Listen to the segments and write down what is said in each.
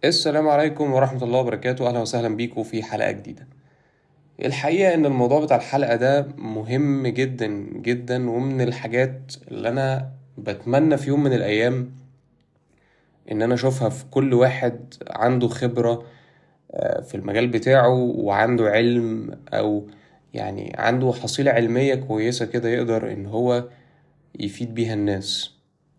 السلام عليكم ورحمة الله وبركاته، أهلا وسهلا بيكم في حلقة جديدة. الحقيقة إن الموضوع بتاع الحلقة ده مهم جدا جدا، ومن الحاجات اللي أنا بتمنى في يوم من الأيام إن أنا أشوفها في كل واحد عنده خبرة في المجال بتاعه، وعنده علم أو يعني عنده حصيلة علمية كويسة كده يقدر إن هو يفيد بيها الناس.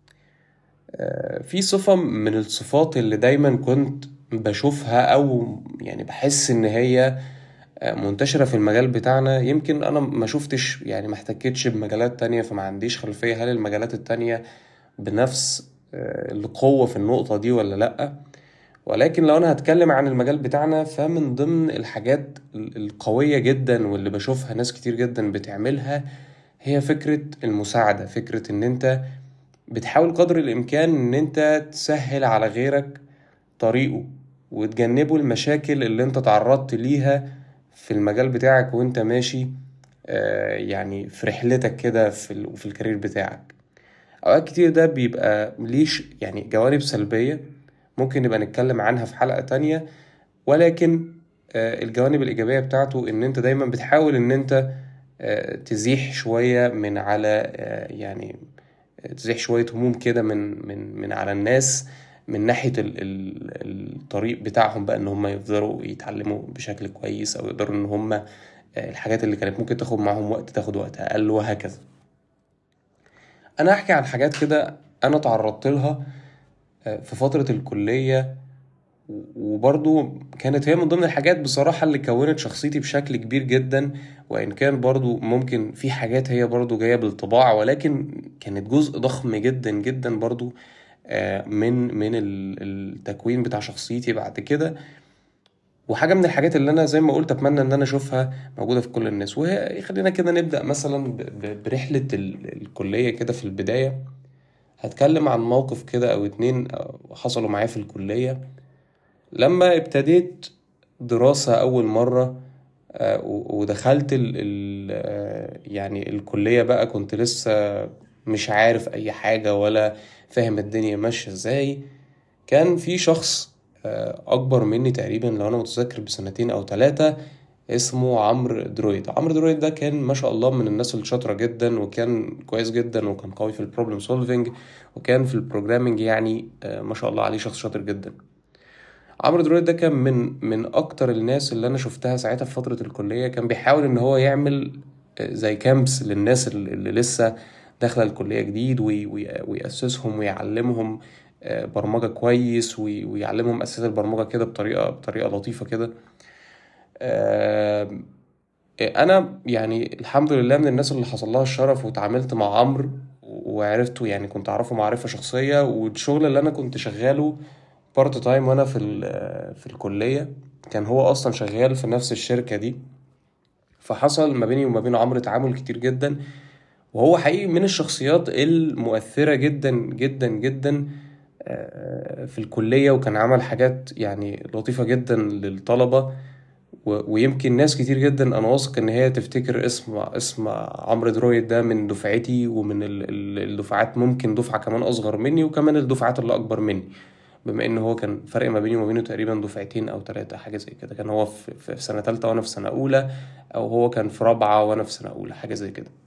في صفة من الصفات اللي دايما كنت بشوفها أو يعني بحس إن هي منتشرة في المجال بتاعنا. يمكن أنا ما شفتش يعني ما احتكتش بمجالات تانية، فما عنديش خلفية هل المجالات التانية بنفس القوة في النقطة دي ولا لأ. ولكن لو أنا هتكلم عن المجال بتاعنا، فمن ضمن الحاجات القوية جدا واللي بشوفها ناس كتير جدا بتعملها هي فكرة المساعدة. فكرة إن أنت بتحاول قدر الإمكان إن أنت تسهل على غيرك طريقه، وتجنبه المشاكل اللي أنت تعرضت ليها في المجال بتاعك وأنت ماشي يعني في رحلتك كده في الكارير بتاعك. أوقات كتير ده بيبقى ليش يعني جوانب سلبية ممكن نبقى نتكلم عنها في حلقة تانية، ولكن الجوانب الإيجابية بتاعته إن أنت دايما بتحاول إن أنت تزيح شوية من على يعني تزيح شوية هموم كده من على الناس، من ناحية الطريق بتاعهم بقى، ان هم يقدروا يتعلموا بشكل كويس، او يقدروا ان هم الحاجات اللي كانت ممكن تاخد معاهم وقت تاخد وقت اقل، وهكذا. انا احكي عن حاجات كده انا تعرضت لها في فترة الكلية، وبرضو كانت هي من ضمن الحاجات بصراحة اللي كونت شخصيتي بشكل كبير جدا. وإن كان برضو ممكن في حاجات هي برضو جاية بالطباع، ولكن كانت جزء ضخم جدا جدا برضو من التكوين بتاع شخصيتي بعد كده. وحاجة من الحاجات اللي أنا زي ما قلت أتمنى إن أنا أشوفها موجودة في كل الناس. وهي خلينا كده نبدأ مثلا برحلة الكلية كده. في البداية هتكلم عن موقف كده أو اتنين حصلوا معايا في الكلية. لما ابتديت دراسة أول مرة ودخلت يعني الكلية بقى، كنت لسه مش عارف أي حاجة ولا فاهم الدنيا ماشية ازاي. كان في شخص أكبر مني تقريبا، لو أنا متذكر بسنتين أو ثلاثة، اسمه عمرو درويد. عمرو درويد ده كان ما شاء الله من الناس الشاطرة جدا، وكان كويس جدا، وكان قوي في البروبلم سولفينج، وكان في البروجرامينج يعني ما شاء الله عليه، شخص شاطر جدا. عمرو درويد ده كان من اكتر الناس اللي انا شفتها ساعتها في فترة الكلية. كان بيحاول ان هو يعمل زي كامبس للناس اللي لسه داخلة الكلية جديد، ويأسسهم ويعلمهم برمجة كويس، ويعلمهم أساس البرمجة كده بطريقة لطيفة كده. آه، أنا يعني الحمد لله من الناس اللي حصل لها الشرف وتعاملت مع عمرو وعرفته، يعني كنت أعرفه معرفة شخصية. والشغل اللي أنا كنت شغاله بارت تايم وانا في الكليه، كان هو اصلا شغال في نفس الشركه دي. فحصل ما بيني وما بين عمرو تعامل كتير جدا، وهو حقيقي من الشخصيات المؤثره جدا جدا جدا في الكليه. وكان عمل حاجات يعني لطيفه جدا للطلبه، ويمكن ناس كتير جدا انا واثق ان هي تفتكر اسم عمرو درويد ده من دفعتي، ومن الدفعات، ممكن دفعه كمان اصغر مني، وكمان الدفعات اللي اكبر مني، بما ان هو كان فرق ما بيني وما بينه تقريبا دفعتين او ثلاثة، حاجة زي كده. كان هو في سنة تالتة وانا في سنة اولى، او هو كان في رابعة وانا في سنة اولى، حاجة زي كده.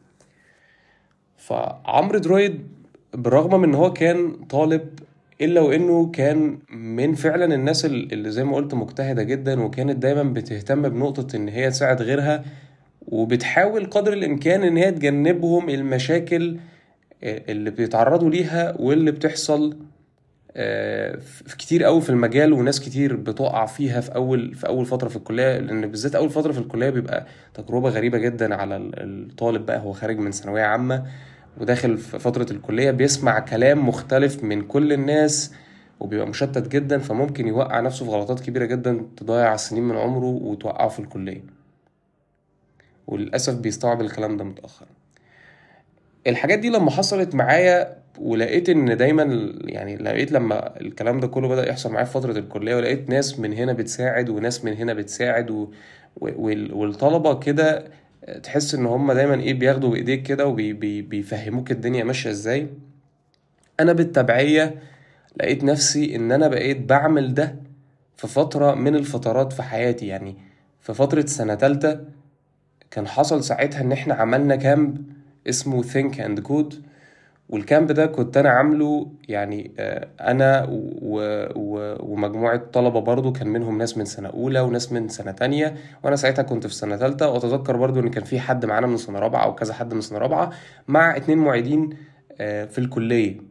فعمرو درويد بالرغم من ان هو كان طالب، الا وانه كان من فعلا الناس اللي زي ما قلت مجتهدة جدا، وكانت دايما بتهتم بنقطة ان هي تساعد غيرها، وبتحاول قدر الامكان ان هي تجنبهم المشاكل اللي بيتعرضوا ليها واللي بتحصل في كتير قوي في المجال. وناس كتير بتقع فيها في اول فتره في الكليه، لان بالذات اول فتره في الكليه بيبقى تجربه غريبه جدا على الطالب بقى. هو خارج من ثانويه عامه وداخل في فتره الكليه، بيسمع كلام مختلف من كل الناس، وبيبقى مشتت جدا، فممكن يوقع نفسه في غلطات كبيره جدا تضيع سنين من عمره وتوقعه في الكليه. وللاسف بيستوعب الكلام ده متاخر. الحاجات دي لما حصلت معايا، ولقيت ان دايما يعني لقيت لما الكلام ده كله بدأ يحصل معايا في فترة الكلية، ولقيت ناس من هنا بتساعد وناس من هنا بتساعد والطلبة كده تحس ان هم دايما ايه بياخدوا بايديك كده وبيفهموك الدنيا ماشية ازاي. انا بالتبعية لقيت نفسي ان انا بقيت بعمل ده في فترة من الفترات في حياتي. يعني في فترة سنة تالتة كان حصل ساعتها ان احنا عملنا كامب اسمه Think and Code. والكامب ده كنت انا عامله يعني انا ومجموعة طلبة برضو، كان منهم ناس من سنة اولى وناس من سنة تانية، وانا ساعتها كنت في سنة تالتة. واتذكر برضو ان كان في حد معانا من سنة رابعة او كذا حد من سنة رابعة مع 2 معيدين في الكلية.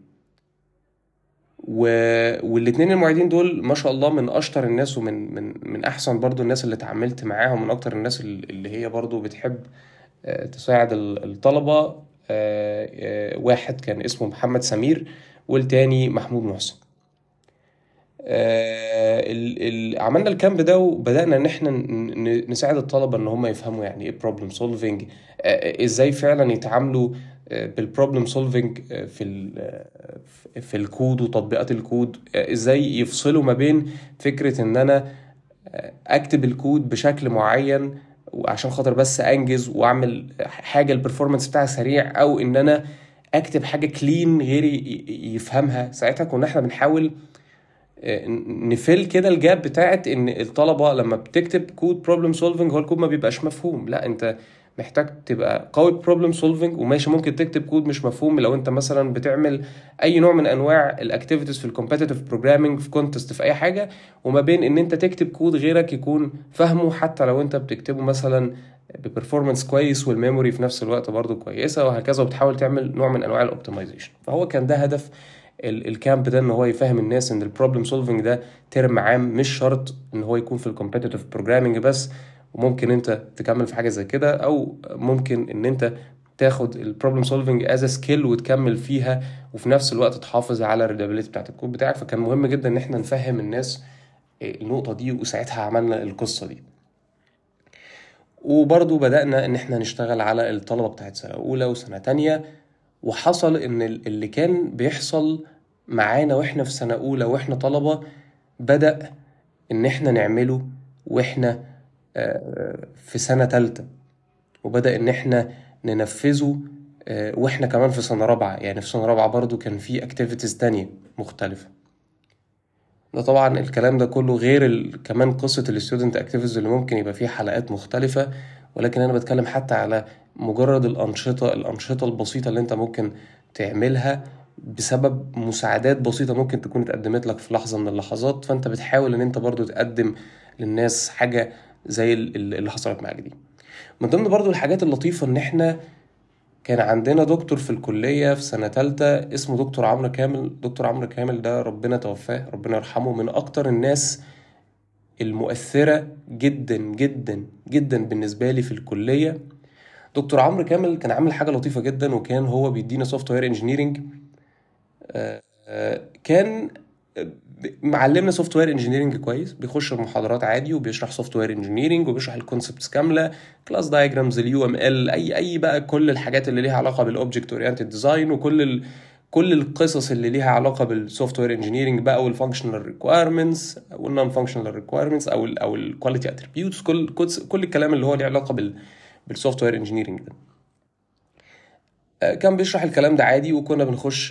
والاتنين المعيدين دول ما شاء الله من اشطر الناس، ومن من احسن برضو الناس اللي اتعاملت معاهم، من اكتر الناس اللي هي برضو بتحب تساعد الطلبة. واحد كان اسمه محمد سمير، والتاني محمود محسن. عملنا الكامب ده وبدأنا ان احنا نساعد الطلبة ان هم يفهموا يعني ايه problem solving، ازاي فعلا يتعاملوا بالبروبلم سولفينج في الكود وتطبيقات الكود، ازاي يفصلوا ما بين فكرة ان انا اكتب الكود بشكل معين وعشان خاطر بس انجز واعمل حاجة البرفورمانس بتاعها سريع، او ان انا اكتب حاجة كلين غيري يفهمها. ساعتها كنا احنا بنحاول نفل كده الجاب بتاعت ان الطلبة لما بتكتب كود بروبلم سولفنج هو الكود ما بيبقاش مفهوم. لا، انت محتاج تبقى قوي بروبلم سولفنج، وماشي ممكن تكتب كود مش مفهوم لو انت مثلا بتعمل اي نوع من انواع الاكتيفيتيز في الكومبيتيتيف بروجرامينج، في كونتست، في اي حاجة، وما بين ان انت تكتب كود غيرك يكون فاهمه حتى لو انت بتكتبه مثلا ببرفورمانس كويس والميموري في نفس الوقت برضو كويسة وهكذا، وبتحاول تعمل نوع من انواع الاوبتمايزيشن. فهو كان ده هدف الكامب ده، ان هو يفهم الناس ان البروبلم سولفنج ده ترم عام، مش شرط ان هو يكون في الكومبيتيتيف بروجرامنج بس. وممكن انت تكمل في حاجه زي كده، او ممكن ان انت تاخد البروبلم سولفنج از سكيل وتكمل فيها، وفي نفس الوقت تحافظ على الريدابيليتي بتاعت الكود بتاعك. فكان مهم جدا ان احنا نفهم الناس النقطه دي، وساعتها عملنا القصه دي. وبرضو بدأنا ان احنا نشتغل على الطلبة بتاعت سنة اولى وسنة تانية. وحصل ان اللي كان بيحصل معانا واحنا في سنة اولى واحنا طلبة بدأ ان احنا نعمله واحنا في سنة تالتة، وبدأ ان احنا ننفذه واحنا كمان في سنة رابعة. يعني في سنة رابعة برضو كان في اكتيفيتيز تانية مختلفة. ده طبعا الكلام ده كله غير كمان قصة الستودنت اكتيفيتيز اللي ممكن يبقى فيه حلقات مختلفة. ولكن انا بتكلم حتى على مجرد الانشطة البسيطة اللي انت ممكن تعملها بسبب مساعدات بسيطة ممكن تكون اتقدمت لك في لحظة من اللحظات، فانت بتحاول ان انت برضو تقدم للناس حاجة زي اللي حصلت معاك دي. من ضمن برضو الحاجات اللطيفة ان احنا كان عندنا دكتور في الكلية في سنة تالتة اسمه دكتور عمرو كامل. دكتور عمرو كامل ده ربنا توفاه، ربنا يرحمه، من أكتر الناس المؤثرة جدا جدا جدا بالنسبة لي في الكلية. دكتور عمرو كامل كان عامل حاجة لطيفة جدا، وكان هو بيدينا سوفت وير انجينيرنج. كان معلمنا سوفت وير انجينيرنج كويس، بيخش المحاضرات عادي وبيشرح سوفت وير انجينيرنج وبيشرح الكونسبتس كامله، كلاس دايجرامز، اليو ام ال، اي بقى كل الحاجات اللي ليها علاقه بالاوبجكت اورينتد ديزاين، وكل كل القصص اللي ليها علاقه بالسوفت وير انجينيرنج بقى، والفانكشنال ريكويرمنتس والنون فانكشنال ريكويرمنتس او الكواليتي اتريبيوتس، كل الكلام اللي هو له علاقه بالسوفت وير انجينيرنج ده. كان بيشرح الكلام ده عادي، وكنا بنخش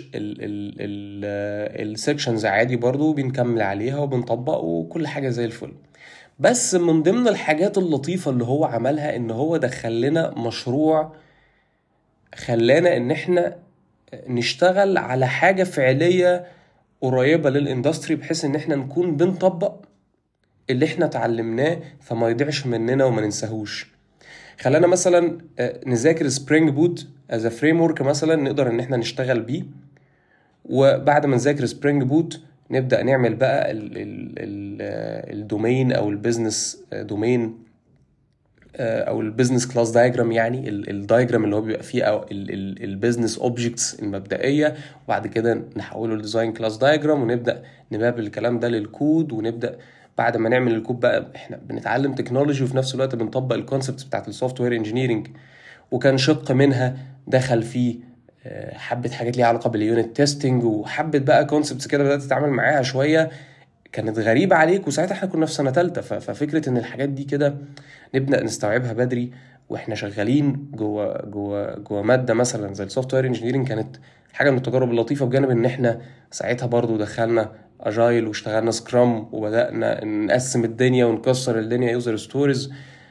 السكشنز عادي برضو، بنكمل عليها وبنطبق وكل حاجة زي الفل. بس من ضمن الحاجات اللطيفة اللي هو عملها ان هو دخل لنا مشروع خلانا ان احنا نشتغل على حاجة فعلية قريبة للاندستري، بحيث ان احنا نكون بنطبق اللي احنا اتعلمناه فما يضيعش مننا وما ننساهوش. خلانا مثلا نذاكر سبرينج بوت از فريم ورك مثلا، نقدر ان احنا نشتغل بيه. وبعد ما نذاكر سبرينج بوت نبدا نعمل بقى الدومين او البيزنس دومين او البيزنس كلاس دايجرام، يعني الدايجرام اللي هو بيبقى فيه او البيزنس اوبجكتس المبدئيه، وبعد كده نحوله لديزاين كلاس دايجرام، ونبدا نماب الكلام ده للكود. ونبدا بعد ما نعمل الكود بقى احنا بنتعلم تكنولوجي، وفي نفس الوقت بنطبق الكونسبتس بتاعت السوفت وير انجينيرنج. وكان شق منها دخل فيه حبة حاجات ليها علاقة باليونت تيستنج، وحبة بقى كونسبتس كده بدأت تتعامل معاها شوية كانت غريبة عليك، وساعتها احنا كنا في سنة تالتة. ففكرة ان الحاجات دي كده نبدأ نستوعبها بدري واحنا شغالين جوه مادة مثلا زي السوفت وير انجينيرنج، كانت حاجة من التجارب اللطيفة، بجانب ان احنا ساعتها برضو دخلنا اجايل واشتغلنا سكرام وبدأنا نقسم الدنيا ونكسر الدنيا يوزر ستوريز.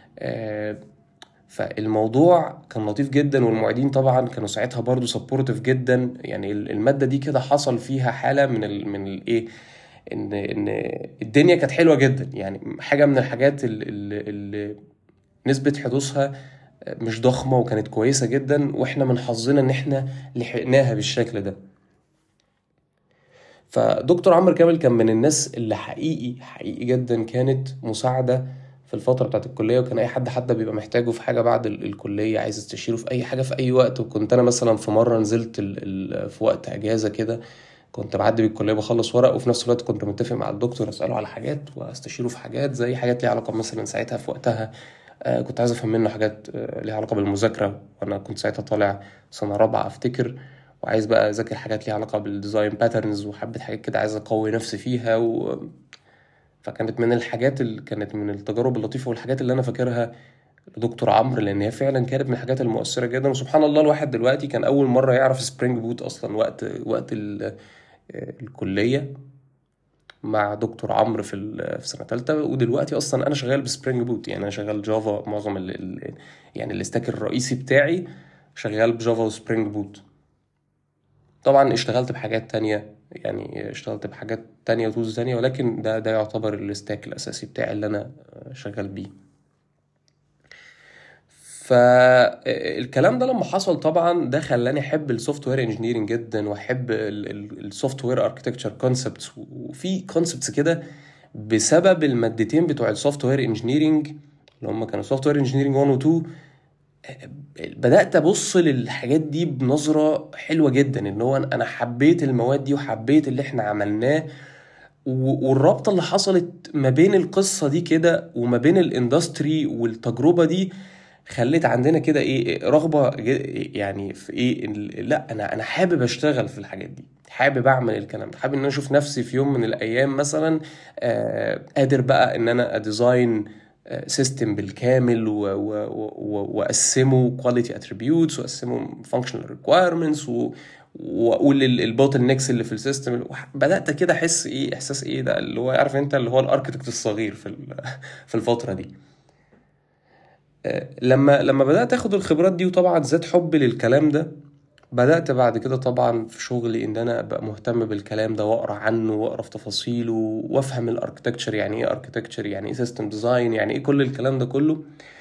فالموضوع كان لطيف جدا، والمعيدين طبعا كانوا ساعتها برضو سبورتيف جدا. يعني المادة دي كده حصل فيها حالة من الايه، ان الدنيا كانت حلوة جدا. يعني حاجة من الحاجات اللي نسبة حدوثها مش ضخمة وكانت كويسة جدا، واحنا من حظنا ان احنا لحقناها بالشكل ده. فدكتور عمرو كامل كان من الناس اللي حقيقي حقيقي جدا كانت مساعدة في الفترة بتاعت الكلية. وكان أي حد حتى بيبقى محتاجه في حاجة بعد الكلية، عايز استشيره في أي حاجة في أي وقت. وكنت أنا مثلا في مرة نزلت في وقت أجازة كده، كنت بعدي بالكلية بخلص ورق، وفي نفس الوقت كنت متفق مع الدكتور أسأله على حاجات واستشيره في حاجات زي حاجات ليها علاقة مثلا ساعتها في وقتها. كنت عايز أفهم منه حاجات ليها علاقة بالمذاكرة، وأنا كنت ساعتها طالع سنة رابعة أفتكر، وعايز بقى أذاكر حاجات ليها علاقة بالديزاين باترنز وحبة حاجات كده عايز أقوي نفسي فيها فكانت من الحاجات اللي كانت من التجارب اللطيفة والحاجات اللي أنا فاكرها لدكتور عمرو، لأن هي فعلا كانت من الحاجات المؤثرة جدا. وسبحان الله الواحد دلوقتي كان أول مرة يعرف سبرينج بوت أصلا وقت الكلية مع دكتور عمرو في سنة تالتة. ودلوقتي أصلا أنا شغال بسبرينج بوت، يعني أنا شغال جافا معظم يعني الاستاك الرئيسي بتاعي شغال بجافا وسبرينج بوت. طبعا اشتغلت بحاجات تانية، يعني اشتغلت بحاجات تانية وتولز تانية، ولكن ده يعتبر الستاك الأساسي بتاعي اللي أنا شغال بيه. فالكلام ده لما حصل طبعا ده خلاني أحب السوفت وير انجينيرنج جدا، وأحب السوفت وير اركتكتشر كونسبتس. وفي كونسبتس كده بسبب المادتين بتوع السوفت وير انجينيرنج اللي هم كانوا سوفت وير انجينيرنج 1 و 2، بدأت أبص للحاجات دي بنظرة حلوة جدا. إن هو أنا حبيت المواد دي وحبيت اللي إحنا عملناه، والرابطة اللي حصلت ما بين القصة دي كده وما بين الاندستري والتجربة دي خلت عندنا كده إيه رغبة يعني في إيه لا أنا حابب أشتغل في الحاجات دي، حابب أعمل الكلام ده، حابب إن أنا أشوف نفسي في يوم من الأيام مثلا قادر بقى إن أنا أديزاين سيستم بالكامل واقسمه كواليتي اتريبيوتس واقسمه فانكشنال ريكويرمنتس واقول البوتل نيكس اللي في السيستم. بدات كده احس ايه احساس ايه ده اللي هو عارف انت اللي هو الاركتكت الصغير في الفتره دي. لما بدات اخد الخبرات دي وطبعا زاد حبي للكلام ده، بدأت بعد كده طبعا في شغلي ان انا ابقى مهتم بالكلام ده واقرا عنه واقرا في تفاصيله وافهم الاركتكتشر، يعني ايه اركتكتشر، يعني ايه سيستم ديزاين، يعني ايه كل الكلام ده كله.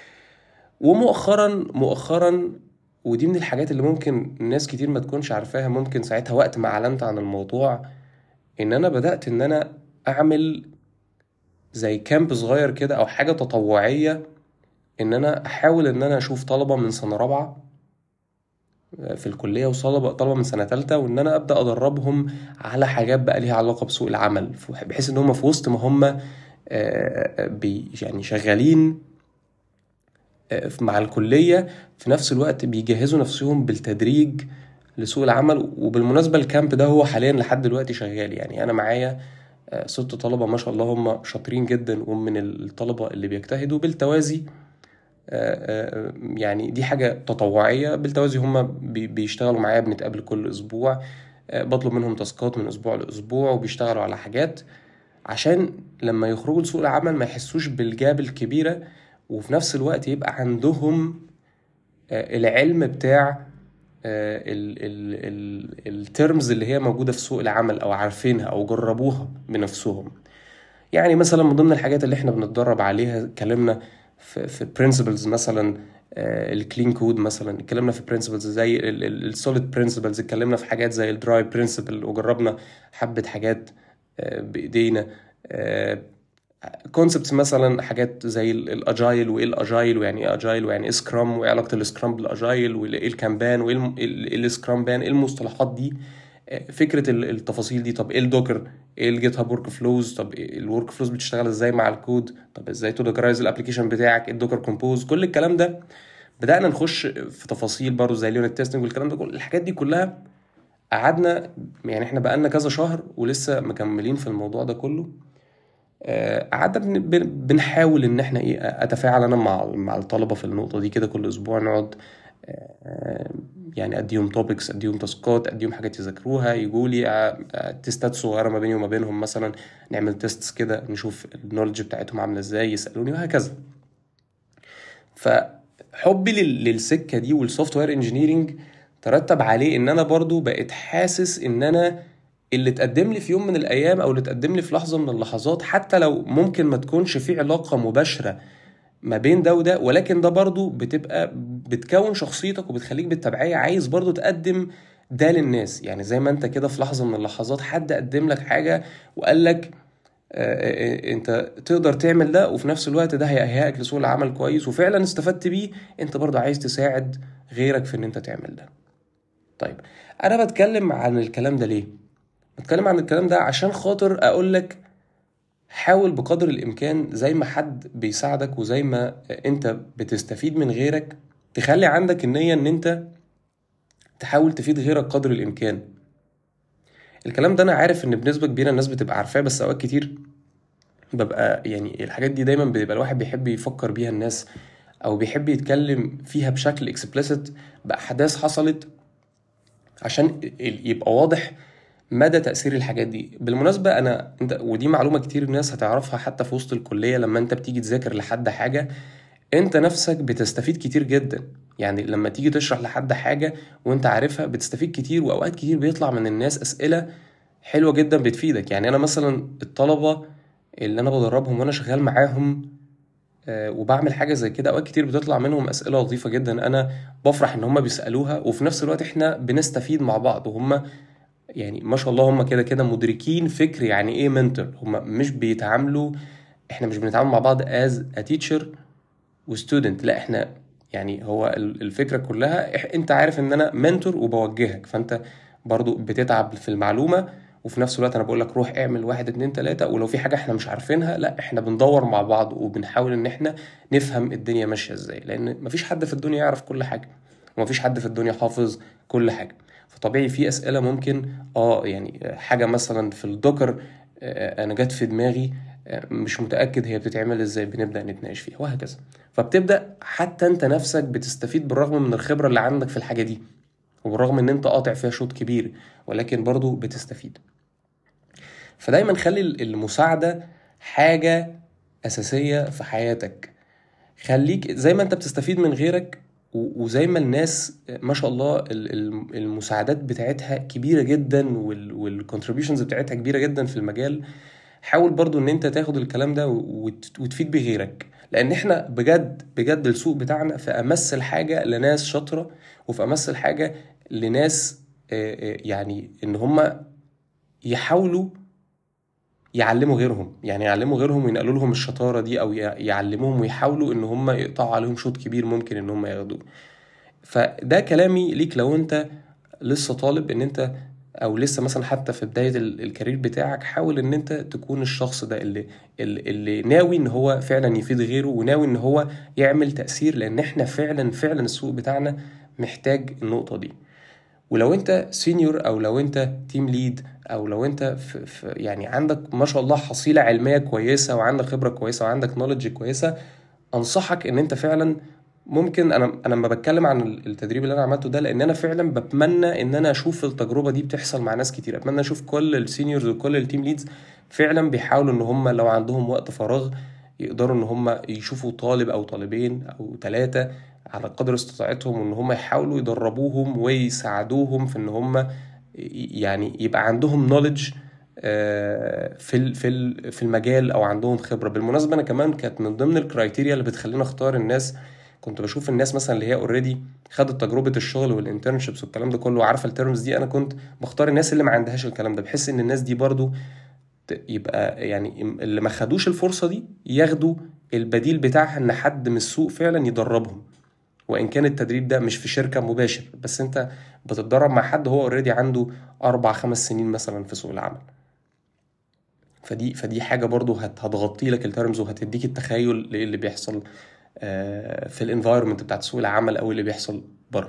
ومؤخرا ودي من الحاجات اللي ممكن ناس كتير ما تكونش عارفاها، ممكن ساعتها وقت ما اعلنت عن الموضوع ان انا بدأت ان انا اعمل زي كامب صغير كده او حاجة تطوعية، ان انا احاول ان انا اشوف طلبة من سنة رابعة في الكلية وطلبة من سنة تالتة، وإن أنا أبدأ أدربهم على حاجات بقى ليها علاقة بسوق العمل، بحيث إن هم في وسط ما هم يعني شغالين مع الكلية في نفس الوقت بيجهزوا نفسهم بالتدريج لسوق العمل. وبالمناسبة الكامب ده هو حاليا لحد دلوقتي شغال، يعني أنا معايا 6 طلبة ما شاء الله هم شاطرين جدا ومن الطلبة اللي بيجتهدوا بالتوازي. يعني دي حاجة تطوعية بالتوازي، هم بيشتغلوا معايا، بنتقابل كل أسبوع، بطلب منهم تاسكات من أسبوع لأسبوع وبيشتغلوا على حاجات عشان لما يخرجوا لسوق العمل ما يحسوش بالجاب الكبيرة، وفي نفس الوقت يبقى عندهم العلم بتاع الترمز اللي هي موجودة في سوق العمل أو عارفينها أو جربوها بنفسهم. يعني مثلا من ضمن الحاجات اللي احنا بنتدرب عليها اتكلمنا في برنسبلز مثلا الكلين كود، مثلا اتكلمنا في برنسبلز زي السوليد برنسبلز، اتكلمنا في حاجات زي الدراي برنسبل وجربنا حبة حاجات بايدينا. كونسبتس مثلا حاجات زي الاجايل، وايه الاجايل ويعني ايه اجايل ويعني ايه سكرام وايه علاقة السكرام بالاجايل وايه الكامبان وايه السكرام بان، ايه المصطلحات دي، فكره التفاصيل دي. طب ايه الدوكر، ايه الجيت هاب ورك فلوز، طب الورك فلوز بتشتغل ازاي مع الكود، طب ازاي تدوكرايز الابلكيشن بتاعك، ايه الدوكر كومبوز، كل الكلام ده بدانا نخش في تفاصيل برضو زي اليونت تيستنج والكلام ده. كل الحاجات دي كلها قعدنا، يعني احنا بقالنا كذا شهر ولسه مكملين في الموضوع ده كله. قعدنا بنحاول ان احنا ايه اتفاعل انا مع الطلبه في النقطه دي كده، كل اسبوع نقعد يعني اديهم توبكس، اديهم تاسكات، اديهم حاجات يذاكروها، يجوا لي تيستات صغيره ما بيني وما بينهم، مثلا نعمل تيستس كده نشوف النولج بتاعتهم عامله ازاي، يسالوني وهكذا. فحبي للسكه دي والسوفت وير انجينيرنج ترتب عليه ان انا برضو بقيت حاسس ان انا اللي اتقدم لي في يوم من الايام او اللي اتقدم لي في لحظه من اللحظات، حتى لو ممكن ما تكونش في علاقه مباشره ما بين ده وده، ولكن ده برضو بتبقى بتكون شخصيتك وبتخليك بالتبعية عايز برضو تقدم ده للناس. يعني زي ما انت كده في لحظة من اللحظات حد قدم لك حاجة وقال لك انت تقدر تعمل ده، وفي نفس الوقت ده هيأهلك لسوق العمل كويس وفعلا استفدت بيه، انت برضو عايز تساعد غيرك في ان انت تعمل ده. طيب، انا بتكلم عن الكلام ده ليه؟ بتكلم عن الكلام ده عشان خاطر اقول لك حاول بقدر الإمكان زي ما حد بيساعدك وزي ما أنت بتستفيد من غيرك، تخلي عندك النية إن أنت تحاول تفيد غيرك قدر الإمكان. الكلام ده أنا عارف إن بنسبة كبيرة الناس بتبقى عارفاه، بس أوقات كتير ببقى يعني الحاجات دي دايما بيبقى الواحد بيحب يفكر بيها الناس، أو بيحب يتكلم فيها بشكل explicit بأحداث حصلت عشان يبقى واضح مدى تأثير الحاجات دي. بالمناسبة انت ودي معلومة كتير الناس هتعرفها حتى في وسط الكلية، لما انت بتيجي تذاكر لحد حاجة انت نفسك بتستفيد كتير جدا. يعني لما تيجي تشرح لحد حاجة وانت عارفها بتستفيد كتير، واوقات كتير بيطلع من الناس اسئلة حلوة جدا بتفيدك. يعني انا مثلا الطلبة اللي انا بدربهم وانا شغال معاهم وبعمل حاجة زي كده، اوقات كتير بتطلع منهم اسئلة لطيفة جدا، انا بفرح ان هم بيسألوها، وفي نفس الوقت احنا بنستفيد مع بعض. وهم يعني ما شاء الله هم كده كده مدركين فكر يعني ايه منتور. هم مش بيتعاملوا، احنا مش بنتعامل مع بعض as a teacher وستودنت، لا احنا يعني هو الفكرة كلها انت عارف ان انا منتور وبوجهك، فانت برضو بتتعب في المعلومة، وفي نفس الوقت انا بقول لك روح اعمل واحد اتنين تلاتة، ولو في حاجة احنا مش عارفينها لا احنا بندور مع بعض وبنحاول ان احنا نفهم الدنيا ماشية ازاي، لان مفيش حد في الدنيا يعرف كل حاجة، ومفيش حد في الدنيا حافظ كل حاجة. فطبيعي في اسئلة ممكن يعني حاجة مثلا في الدوكر انا جت في دماغي مش متأكد هي بتتعمل ازاي، بنبدأ نتناقش فيها وهكذا. فبتبدأ حتى انت نفسك بتستفيد بالرغم من الخبرة اللي عندك في الحاجة دي، وبالرغم ان انت قاطع فيها شوط كبير، ولكن برضو بتستفيد. فدايما خلي المساعدة حاجة أساسية في حياتك. خليك زي ما انت بتستفيد من غيرك، وزي ما الناس ما شاء الله المساعدات بتاعتها كبيرة جدا والكونتريبيوشنز بتاعتها كبيرة جدا في المجال، حاول برضو ان انت تاخد الكلام ده وتفيد بغيرك. لان احنا بجد بجد السوق بتاعنا في امس الحاجة لناس شاطرة، وفي امس الحاجة لناس يعني ان هم يحاولوا يعلموا غيرهم، يعني يعلموا غيرهم وينقلوا لهم الشطارة دي، او يعلموهم ويحاولوا ان هم يقطعوا عليهم شوط كبير ممكن ان هم ياخدوه. فده كلامي ليك لو انت لسه طالب، ان انت او لسه مثلا حتى في بداية الكارير بتاعك، حاول ان انت تكون الشخص ده اللي ناوي ان هو فعلا يفيد غيره، وناوي ان هو يعمل تأثير، لان احنا فعلا فعلا السوق بتاعنا محتاج النقطة دي. ولو انت سينيور، او لو انت تيم ليد، او لو انت في يعني عندك ما شاء الله حصيلة علمية كويسة وعندك خبرة كويسة وعندك نولج كويسة، انصحك ان انت فعلا ممكن انا لما بتكلم عن التدريب اللي انا عملته ده، لان انا فعلا بتمنى ان انا اشوف التجربه دي بتحصل مع ناس كتير. اتمنى اشوف كل السينيورز وكل التيم ليدز فعلا بيحاولوا ان هم لو عندهم وقت فراغ يقدروا ان هم يشوفوا طالب او طالبين او ثلاثه على قدر استطاعتهم، وان هم يحاولوا يدربوهم ويساعدوهم في ان هم يعني يبقى عندهم نوليدج في المجال، او عندهم خبره. بالمناسبه انا كمان كانت من ضمن الكرايتيريا اللي بتخليني اختار الناس، كنت بشوف الناس مثلا اللي هي اوريدي خدت تجربه الشغل والانترنشيبس والكلام ده كله وعارفه الترمز دي، انا كنت بختار الناس اللي ما عندهاش الكلام ده، بحس ان الناس دي برضو يبقى يعني اللي ما خدوش الفرصه دي ياخدوا البديل بتاعها، ان حد من السوق فعلا يدربهم. وان كان التدريب ده مش في شركه مباشر، بس انت بتتدرب مع حد هو اوريدي عنده 4 5 سنين مثلا في سوق العمل. فدي حاجة برضو هتغطي لك الترمز، وهتديك التخيل للي بيحصل في الانفايرمنت بتاعت سوق العمل، او اللي بيحصل بره.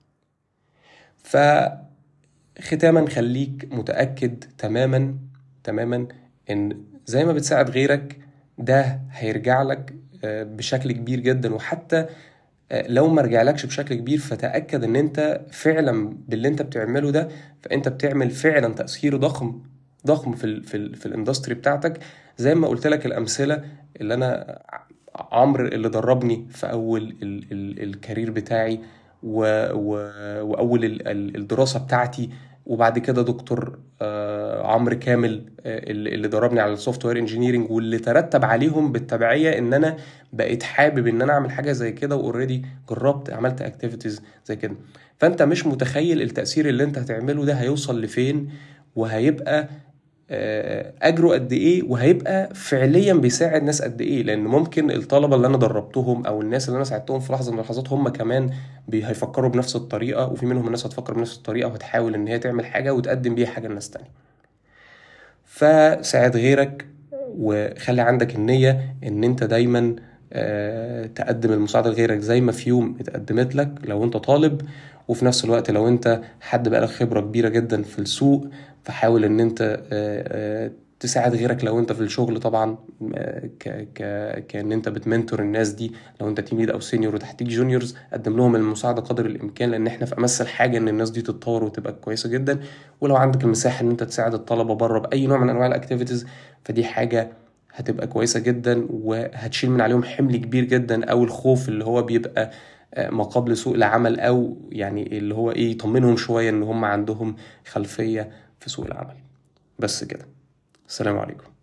فختاما خليك متأكد تماما تماما ان زي ما بتساعد غيرك ده هيرجع لك بشكل كبير جدا. وحتى لو ما رجعلكش بشكل كبير، فتأكد ان انت فعلا باللي انت بتعمله ده، فانت بتعمل فعلا تأثير ضخم ضخم في الاندستري بتاعتك. زي ما قلت لك الأمثلة اللي انا، عمرو اللي دربني في اول الكارير بتاعي، و و واول الدراسة بتاعتي، وبعد كده دكتور عمرو كامل اللي دربني على السوفت وير انجينيرنج، واللي ترتب عليهم بالتبعية ان انا بقيت حابب ان انا اعمل حاجه زي كده، واوريدي جربت عملت اكتيفيتيز زي كده. فانت مش متخيل التاثير اللي انت هتعمله ده هيوصل لفين، وهيبقى اجره قد ايه، وهيبقى فعليا بيساعد ناس قد ايه. لان ممكن الطلبه اللي انا دربتهم او الناس اللي انا ساعدتهم في لحظه من اللحظات هم كمان هيفكروا بنفس الطريقه، وفي منهم الناس هتفكر بنفس الطريقه وهتحاول ان هي تعمل حاجه وتقدم بيها حاجه لناس تانية. فساعد غيرك، وخلي عندك النية ان انت دايما تقدم المساعدة لغيرك زي ما في يوم اتقدمت لك لو انت طالب. وفي نفس الوقت لو انت حد بقالك خبرة كبيرة جدا في السوق، فحاول ان انت تساعد غيرك لو انت في الشغل طبعا، كان انت بتمنتور الناس دي. لو انت تيم ليد او سينيور وتحتيك جونيورز، قدم لهم المساعده قدر الامكان، لان احنا في امس الحاجه ان الناس دي تتطور وتبقى كويسه جدا. ولو عندك المساحه ان انت تساعد الطلبه بره باي نوع من انواع الاكتيفيتيز، فدي حاجه هتبقى كويسه جدا، وهتشيل من عليهم حمل كبير جدا، او الخوف اللي هو بيبقى ما قبل سوق العمل، او يعني اللي هو ايه، يطمنهم شويه ان هم عندهم خلفيه في سوق العمل. بس كده. السلام عليكم.